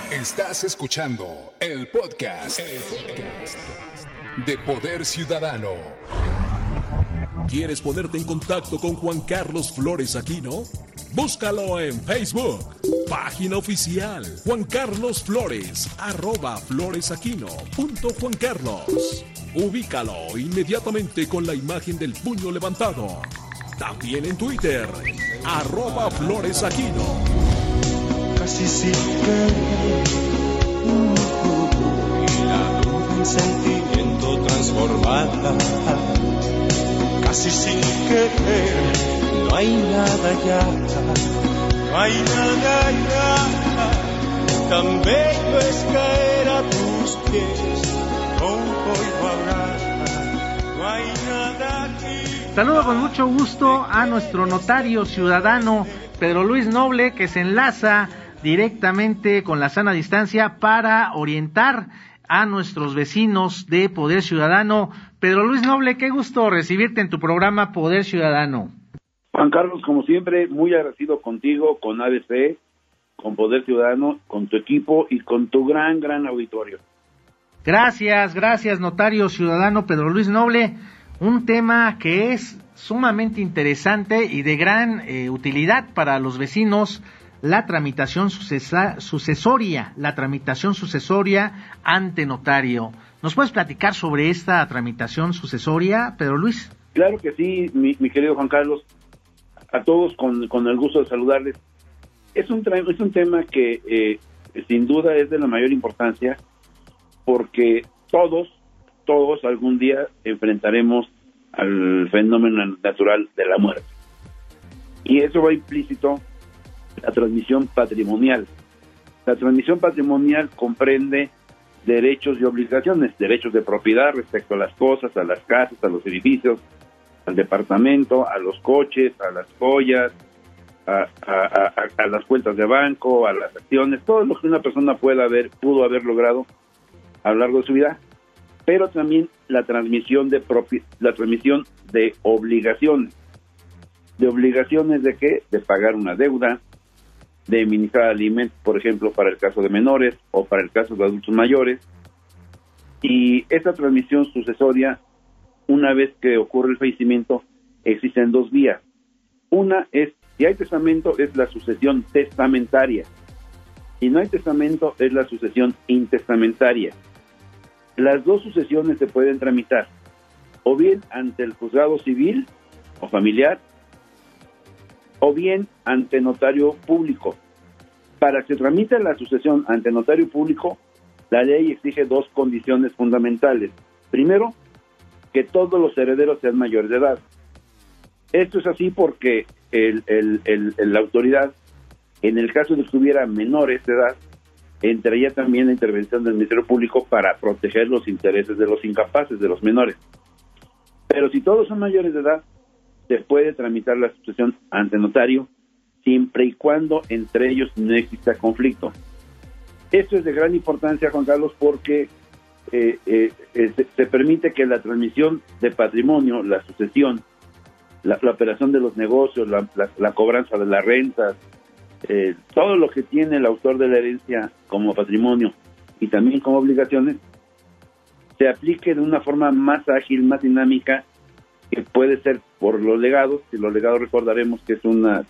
Estás escuchando el podcast de Poder Ciudadano. ¿Quieres ponerte en contacto con Juan Carlos Flores Aquino? Búscalo en Facebook, página oficial Juan Carlos Flores, @floresaquino.juancarlos. Ubícalo inmediatamente con la imagen del puño levantado. También en Twitter, @floresaquino. Casi sin querer, y la duda en sentimiento transformada. Casi sin querer, no hay nada ya, no hay nada ya. Tan bello es caer a tus pies, no oigo hablar, no hay nada aquí. Saludo con mucho gusto a nuestro notario ciudadano Pedro Luis Noble, que se enlaza directamente con la sana distancia para orientar a nuestros vecinos de Poder Ciudadano. Pedro Luis Noble, qué gusto recibirte en tu programa Poder Ciudadano. Juan Carlos, como siempre, muy agradecido contigo, con ABC, con Poder Ciudadano, con tu equipo y con tu gran auditorio. Gracias, notario ciudadano Pedro Luis Noble. Un tema que es sumamente interesante y de gran utilidad para los vecinos, la tramitación sucesoria ante notario. ¿Nos puedes platicar sobre esta tramitación sucesoria, Pedro Luis? Claro que sí, mi querido Juan Carlos. A todos con el gusto de saludarles. Es un tema que sin duda es de la mayor importancia, porque todos algún día enfrentaremos al fenómeno natural de la muerte. Y eso va implícito la transmisión patrimonial. La transmisión patrimonial comprende derechos y obligaciones, derechos de propiedad respecto a las cosas, a las casas, a los edificios, al departamento, a los coches, a las joyas, a las cuentas de banco, a las acciones, todo lo que una persona pudo haber logrado a lo largo de su vida, pero también la transmisión de obligaciones. ¿De obligaciones de qué? De pagar una deuda, de administrar alimentos, por ejemplo, para el caso de menores o para el caso de adultos mayores. Y esta transmisión sucesoria, una vez que ocurre el fallecimiento, existen dos vías. Una es, si hay testamento, es la sucesión testamentaria. Si no hay testamento, es la sucesión intestamentaria. Las dos sucesiones se pueden tramitar o bien ante el juzgado civil o familiar, o bien ante notario público. Para que se tramite la sucesión ante notario público, la ley exige dos condiciones fundamentales. Primero, que todos los herederos sean mayores de edad. Esto es así porque la autoridad, en el caso de que hubiera menores de edad, entraría también la intervención del Ministerio Público para proteger los intereses de los incapaces, de los menores. Pero si todos son mayores de edad, se puede tramitar la sucesión ante notario, siempre y cuando entre ellos no exista conflicto. Esto es de gran importancia, Juan Carlos, porque se permite que la transmisión de patrimonio, la sucesión, la operación de los negocios, la cobranza de las rentas, todo lo que tiene el autor de la herencia como patrimonio y también como obligaciones, se aplique de una forma más ágil, más dinámica, que puede ser por los legados. Y los legados, recordaremos que es una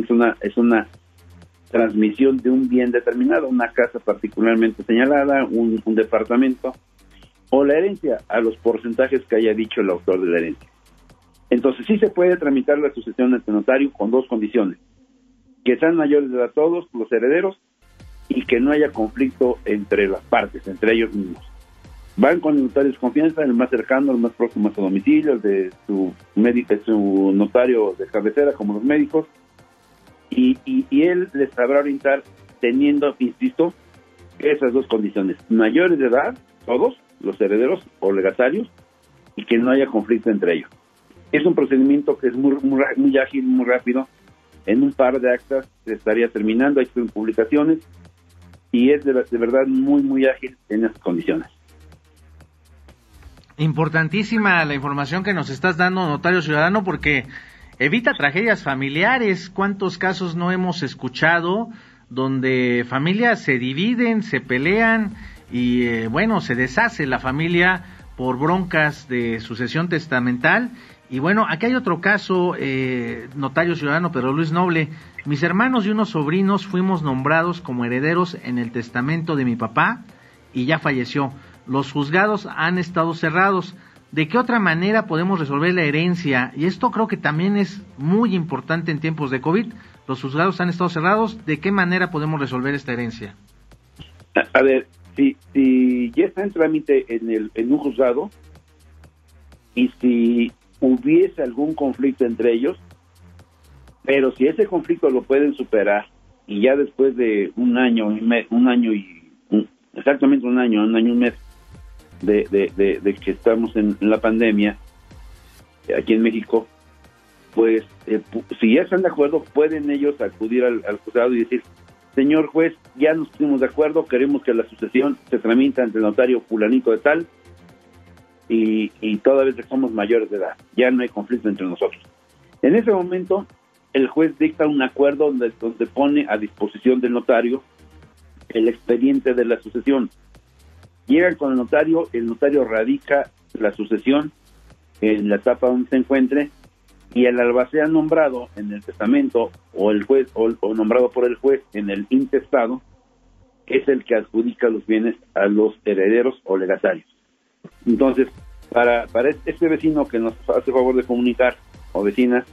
transmisión de un bien determinado, una casa particularmente señalada, un departamento, o la herencia a los porcentajes que haya dicho el autor de la herencia. Entonces sí se puede tramitar la sucesión ante notario con dos condiciones: que sean mayores de edad todos los herederos y que no haya conflicto entre las partes, entre ellos mismos. Van con el notario de confianza, el más cercano, el más próximo a su domicilio, el de su médico, su notario de cabecera, como los médicos, y él les sabrá orientar teniendo, insisto, esas dos condiciones: mayores de edad, todos los herederos o legatarios, y que no haya conflicto entre ellos. Es un procedimiento que es muy ágil, muy rápido. En un par de actas se estaría terminando, hay publicaciones, y es de verdad muy ágil en esas condiciones. Importantísima la información que nos estás dando, notario ciudadano, porque evita tragedias familiares. ¿Cuántos casos no hemos escuchado donde familias se dividen, se pelean y se deshace la familia por broncas de sucesión testamental. Y bueno, aquí hay otro caso, notario ciudadano Pedro Luis Noble. Mis hermanos y unos sobrinos fuimos nombrados como herederos en el testamento de mi papá y ya falleció. Los juzgados han estado cerrados. ¿De qué otra manera podemos resolver la herencia? Y esto creo que también es muy importante en tiempos de COVID. Los juzgados han estado cerrados. ¿De qué manera podemos resolver esta herencia? A ver, si ya está en trámite en un juzgado y si hubiese algún conflicto entre ellos, pero si ese conflicto lo pueden superar y ya después de exactamente un año y un mes de que estamos en la pandemia aquí en México, pues si ya están de acuerdo, pueden ellos acudir al juzgado y decir: señor juez, ya nos pusimos de acuerdo, queremos que la sucesión se tramite ante el notario fulanito de tal, y toda vez que somos mayores de edad, ya no hay conflicto entre nosotros. En ese momento, el juez dicta un acuerdo donde pone a disposición del notario el expediente de la sucesión. Llegan con el notario radica la sucesión en la etapa donde se encuentre, y el albacea nombrado en el testamento o el juez o nombrado por el juez en el intestado es el que adjudica los bienes a los herederos o legatarios. Entonces, para este vecino que nos hace favor de comunicar, o vecinas,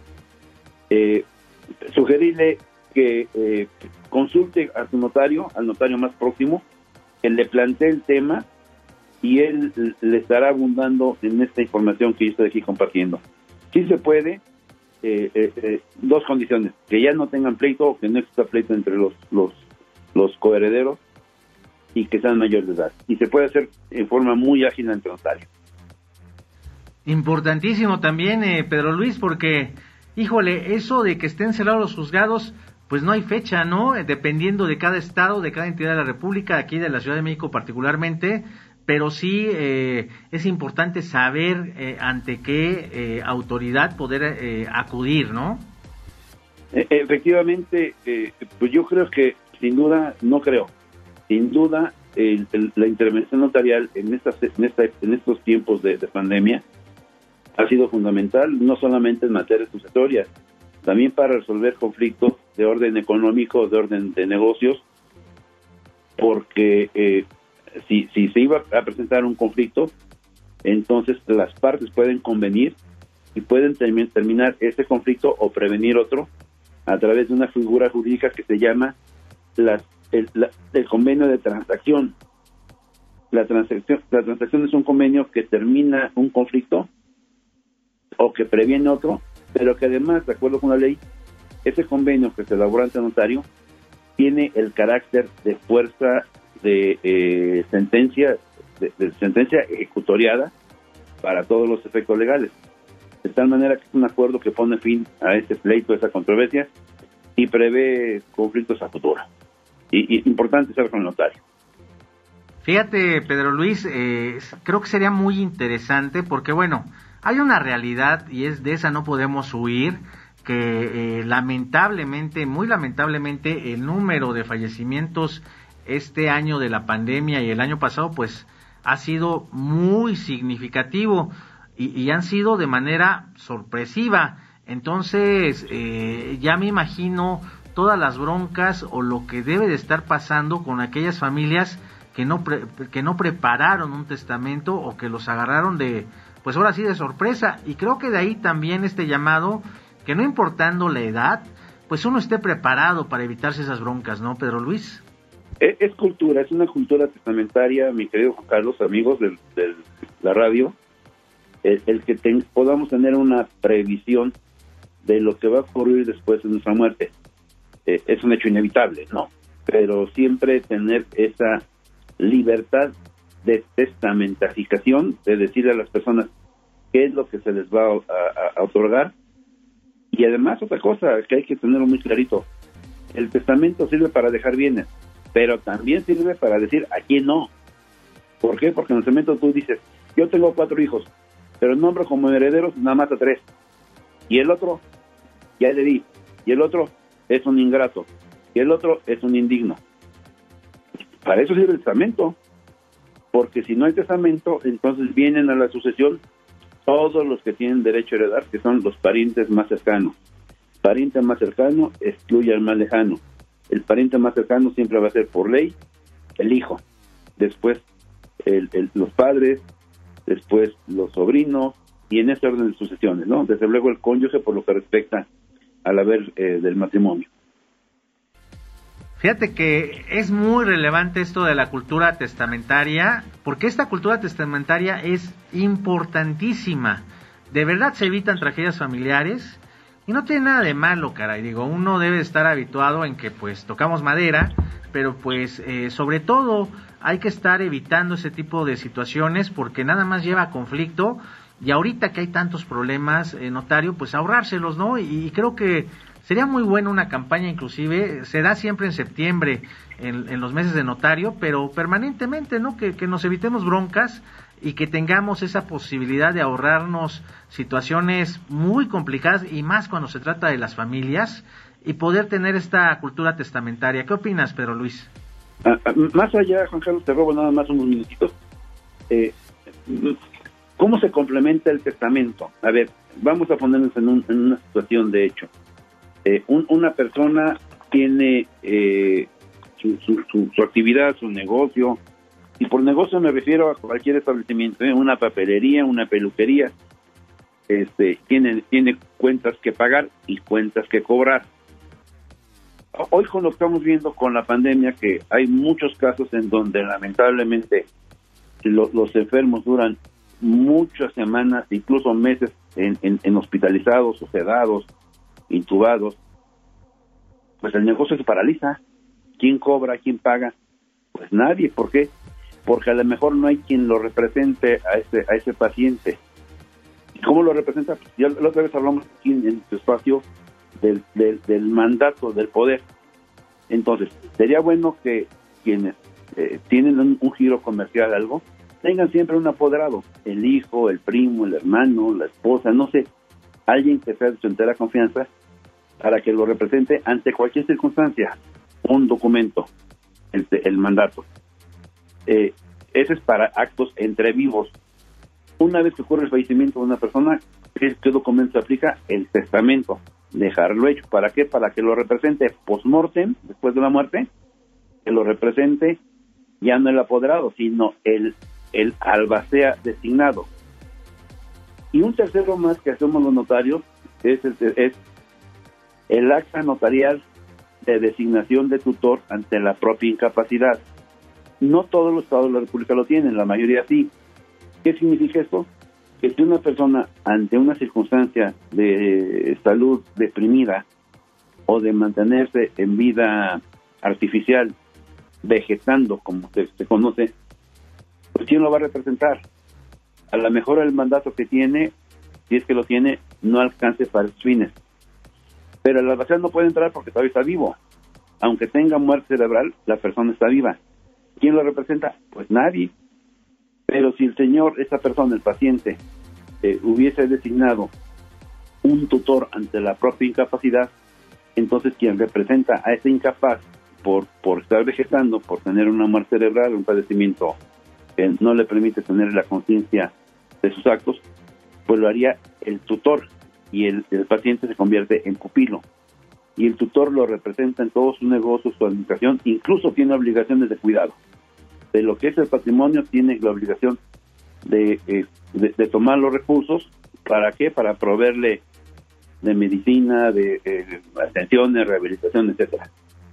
sugerirle que consulte a su notario, al notario más próximo, que le plantee el tema, y él le estará abundando en esta información que yo estoy aquí compartiendo. Sí se puede, dos condiciones: que ya no tengan pleito, o que no exista pleito entre los coherederos, y que sean mayores de edad. Y se puede hacer en forma muy ágil ante notario. Importantísimo también, Pedro Luis, porque, híjole, eso de que estén cerrados los juzgados, pues no hay fecha, ¿no? Dependiendo de cada estado, de cada entidad de la República, aquí de la Ciudad de México particularmente, pero sí es importante saber ante qué autoridad poder acudir, ¿no? Efectivamente, pues yo creo que, sin duda, la intervención notarial en estos tiempos de pandemia ha sido fundamental, no solamente en materia sucesoria, también para resolver conflictos de orden económico, de orden de negocios, porque si se iba a presentar un conflicto, entonces las partes pueden convenir y pueden terminar ese conflicto o prevenir otro a través de una figura jurídica que se llama el convenio de transacción. La transacción es un convenio que termina un conflicto o que previene otro, pero que además, de acuerdo con la ley, ese convenio que se elabora ante notario tiene el carácter de fuerza de sentencia ejecutoriada para todos los efectos legales, de tal manera que es un acuerdo que pone fin a ese pleito, a esa controversia, y prevé conflictos a futuro. Y importante ser con el notario. Fíjate, Pedro Luis, creo que sería muy interesante porque, bueno, hay una realidad y de esa no podemos huir, que lamentablemente, muy lamentablemente, el número de fallecimientos este año de la pandemia y el año pasado, pues, ha sido muy significativo y han sido de manera sorpresiva. Entonces, ya me imagino todas las broncas o lo que debe de estar pasando con aquellas familias que no prepararon un testamento o que los agarraron pues ahora sí de sorpresa. Y creo que de ahí también este llamado, que no importando la edad, pues uno esté preparado para evitarse esas broncas, ¿no, Pedro Luis? Es cultura, es una cultura testamentaria, mi querido Juan Carlos, amigos de la radio, el que podamos tener una previsión de lo que va a ocurrir después de nuestra muerte. Es un hecho inevitable, ¿no? Pero siempre tener esa libertad de testamentificación, de decirle a las personas qué es lo que se les va a otorgar. Y además, otra cosa que hay que tenerlo muy clarito: el testamento sirve para dejar bienes, pero también sirve para decir a quién no. ¿Por qué? Porque en el testamento tú dices: yo tengo 4 hijos, pero nombro como herederos nada más a 3, y el otro ya le di, y el otro es un ingrato. y el otro es un indigno. Para eso sirve el testamento, porque si no hay testamento, entonces vienen a la sucesión todos los que tienen derecho a heredar, que son los parientes más cercanos. Pariente más cercano excluye al más lejano. El pariente más cercano siempre va a ser por ley el hijo, después los padres, después los sobrinos, y en ese orden de sucesiones, ¿no? Desde luego el cónyuge por lo que respecta al haber del matrimonio. Fíjate que es muy relevante esto de la cultura testamentaria, porque esta cultura testamentaria es importantísima. De verdad se evitan tragedias familiares y no tiene nada de malo, caray. Digo, uno debe estar habituado en que pues tocamos madera, pero pues sobre todo hay que estar evitando ese tipo de situaciones porque nada más lleva a conflicto. Y ahorita que hay tantos problemas, notario, pues ahorrárselos, ¿no? Y creo que sería muy buena una campaña, inclusive, se da siempre en septiembre, en los meses de notario, pero permanentemente, ¿no? Que nos evitemos broncas y que tengamos esa posibilidad de ahorrarnos situaciones muy complicadas y más cuando se trata de las familias y poder tener esta cultura testamentaria. ¿Qué opinas, Pedro Luis? Más allá, Juan Carlos, te robo nada más unos minutitos. ¿Cómo se complementa el testamento? A ver, vamos a ponernos en una situación de hecho. Una persona tiene su actividad, su negocio, y por negocio me refiero a cualquier establecimiento, una papelería, una peluquería, tiene cuentas que pagar y cuentas que cobrar. Hoy con lo que estamos viendo con la pandemia, que hay muchos casos en donde lamentablemente los enfermos duran muchas semanas, incluso meses en hospitalizados o sedados, intubados, pues el negocio se paraliza. ¿Quién cobra? ¿Quién paga? Pues nadie. ¿Por qué? Porque a lo mejor no hay quien lo represente a ese paciente. ¿Y cómo lo representa? Pues ya la otra vez hablamos aquí en este espacio del mandato, del poder. Entonces, sería bueno que quienes tienen un giro comercial, algo, tengan siempre un apoderado, el hijo, el primo, el hermano, la esposa, no sé, alguien que sea de su entera confianza para que lo represente ante cualquier circunstancia, un documento, el mandato. Ese es para actos entre vivos. Una vez que ocurre el fallecimiento de una persona, ¿qué documento se aplica? El testamento, dejarlo hecho. ¿Para qué? Para que lo represente post-mortem, después de la muerte, que lo represente ya no el apoderado, sino el albacea designado. Y un tercero más que hacemos los notarios es el acta notarial de designación de tutor ante la propia incapacidad. No todos los estados de la República lo tienen, la mayoría sí. ¿Qué significa esto? Que si una persona ante una circunstancia de salud deprimida o de mantenerse en vida artificial, vegetando como se conoce, pues ¿quién lo va a representar? A lo mejor el mandato que tiene, si es que lo tiene, no alcance para sus fines. Pero el albacea no puede entrar porque todavía está vivo. Aunque tenga muerte cerebral, la persona está viva. ¿Quién lo representa? Pues nadie. Pero si el señor, esa persona, el paciente, hubiese designado un tutor ante la propia incapacidad, entonces quien representa a ese incapaz por estar vegetando, por tener una muerte cerebral, un padecimiento que no le permite tener la conciencia de sus actos, pues lo haría el tutor, y el paciente se convierte en pupilo. Y el tutor lo representa en todos sus negocios, su administración, incluso tiene obligaciones de cuidado. De lo que es el patrimonio, tiene la obligación de tomar los recursos. ¿Para qué? Para proveerle de medicina, de atenciones, rehabilitación, etcétera.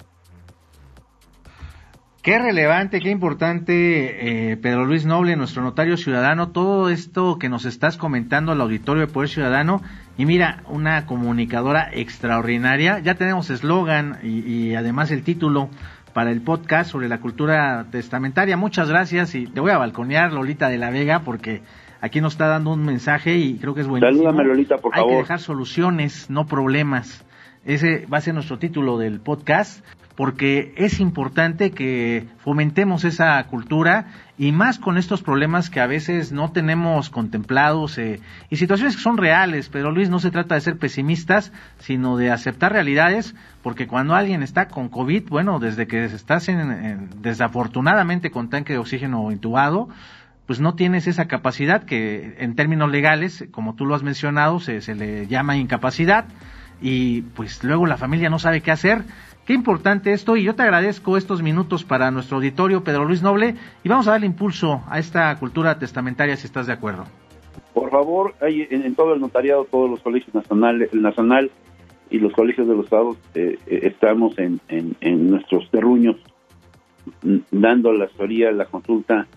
Qué relevante, qué importante, Pedro Luis Noble, nuestro notario ciudadano, todo esto que nos estás comentando al auditorio de Poder Ciudadano. Y mira, una comunicadora extraordinaria. Ya tenemos eslogan y además el título para el podcast sobre la cultura testamentaria. Muchas gracias, y te voy a balconear, Lolita de la Vega, porque aquí nos está dando un mensaje y creo que es buenísimo. Salúdame, Lolita, por favor. Hay que dejar soluciones, no problemas. Ese va a ser nuestro título del podcast. porque es importante que fomentemos esa cultura y más con estos problemas que a veces no tenemos contemplados y situaciones que son reales. Pero Luis, no se trata de ser pesimistas, sino de aceptar realidades, porque cuando alguien está con COVID, bueno, desde que estás desafortunadamente con tanque de oxígeno intubado, pues no tienes esa capacidad que en términos legales, como tú lo has mencionado, se le llama incapacidad, y pues luego la familia no sabe qué hacer. Qué importante esto, y yo te agradezco estos minutos para nuestro auditorio, Pedro Luis Noble, y vamos a darle impulso a esta cultura testamentaria, si estás de acuerdo. Por favor, hay en todo el notariado, todos los colegios nacionales, el nacional y los colegios de los estados, estamos en nuestros terruños dando la asesoría, la consulta.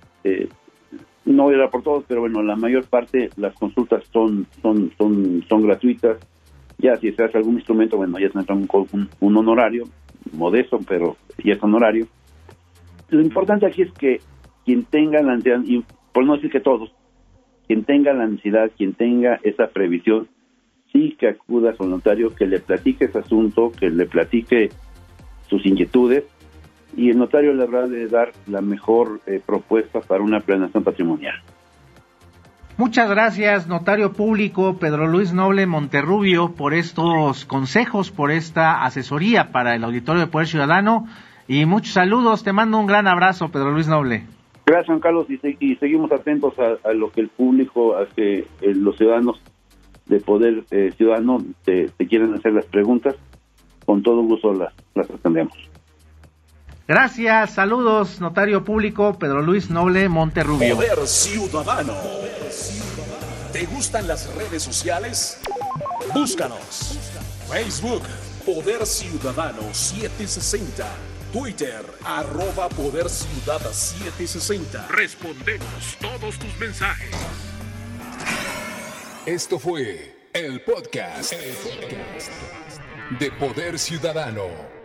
No voy a hablar por todos, pero bueno, la mayor parte las consultas son gratuitas. Ya si se hace algún instrumento, bueno, ya se entra un honorario, modesto, pero ya es honorario. Lo importante aquí es que quien tenga la necesidad, y por no decir que todos, quien tenga la necesidad, quien tenga esa previsión, sí que acuda a su notario, que le platique ese asunto, que le platique sus inquietudes, y el notario le habrá de dar la mejor propuesta para una planeación patrimonial. Muchas gracias, notario público Pedro Luis Noble Monterrubio, por estos consejos, por esta asesoría para el auditorio de Poder Ciudadano, y muchos saludos. Te mando un gran abrazo, Pedro Luis Noble. Gracias, Juan Carlos, y seguimos atentos a lo que el público, a que los ciudadanos de Poder Ciudadano te quieren hacer las preguntas. Con todo gusto las atendemos. Gracias, saludos, notario público Pedro Luis Noble Monterrubio. Poder Ciudadano. ¿Te gustan las redes sociales? Búscanos. Facebook, Poder Ciudadano 760. Twitter, @Poder Ciudad 760. Respondemos todos tus mensajes. Esto fue el podcast de Poder Ciudadano.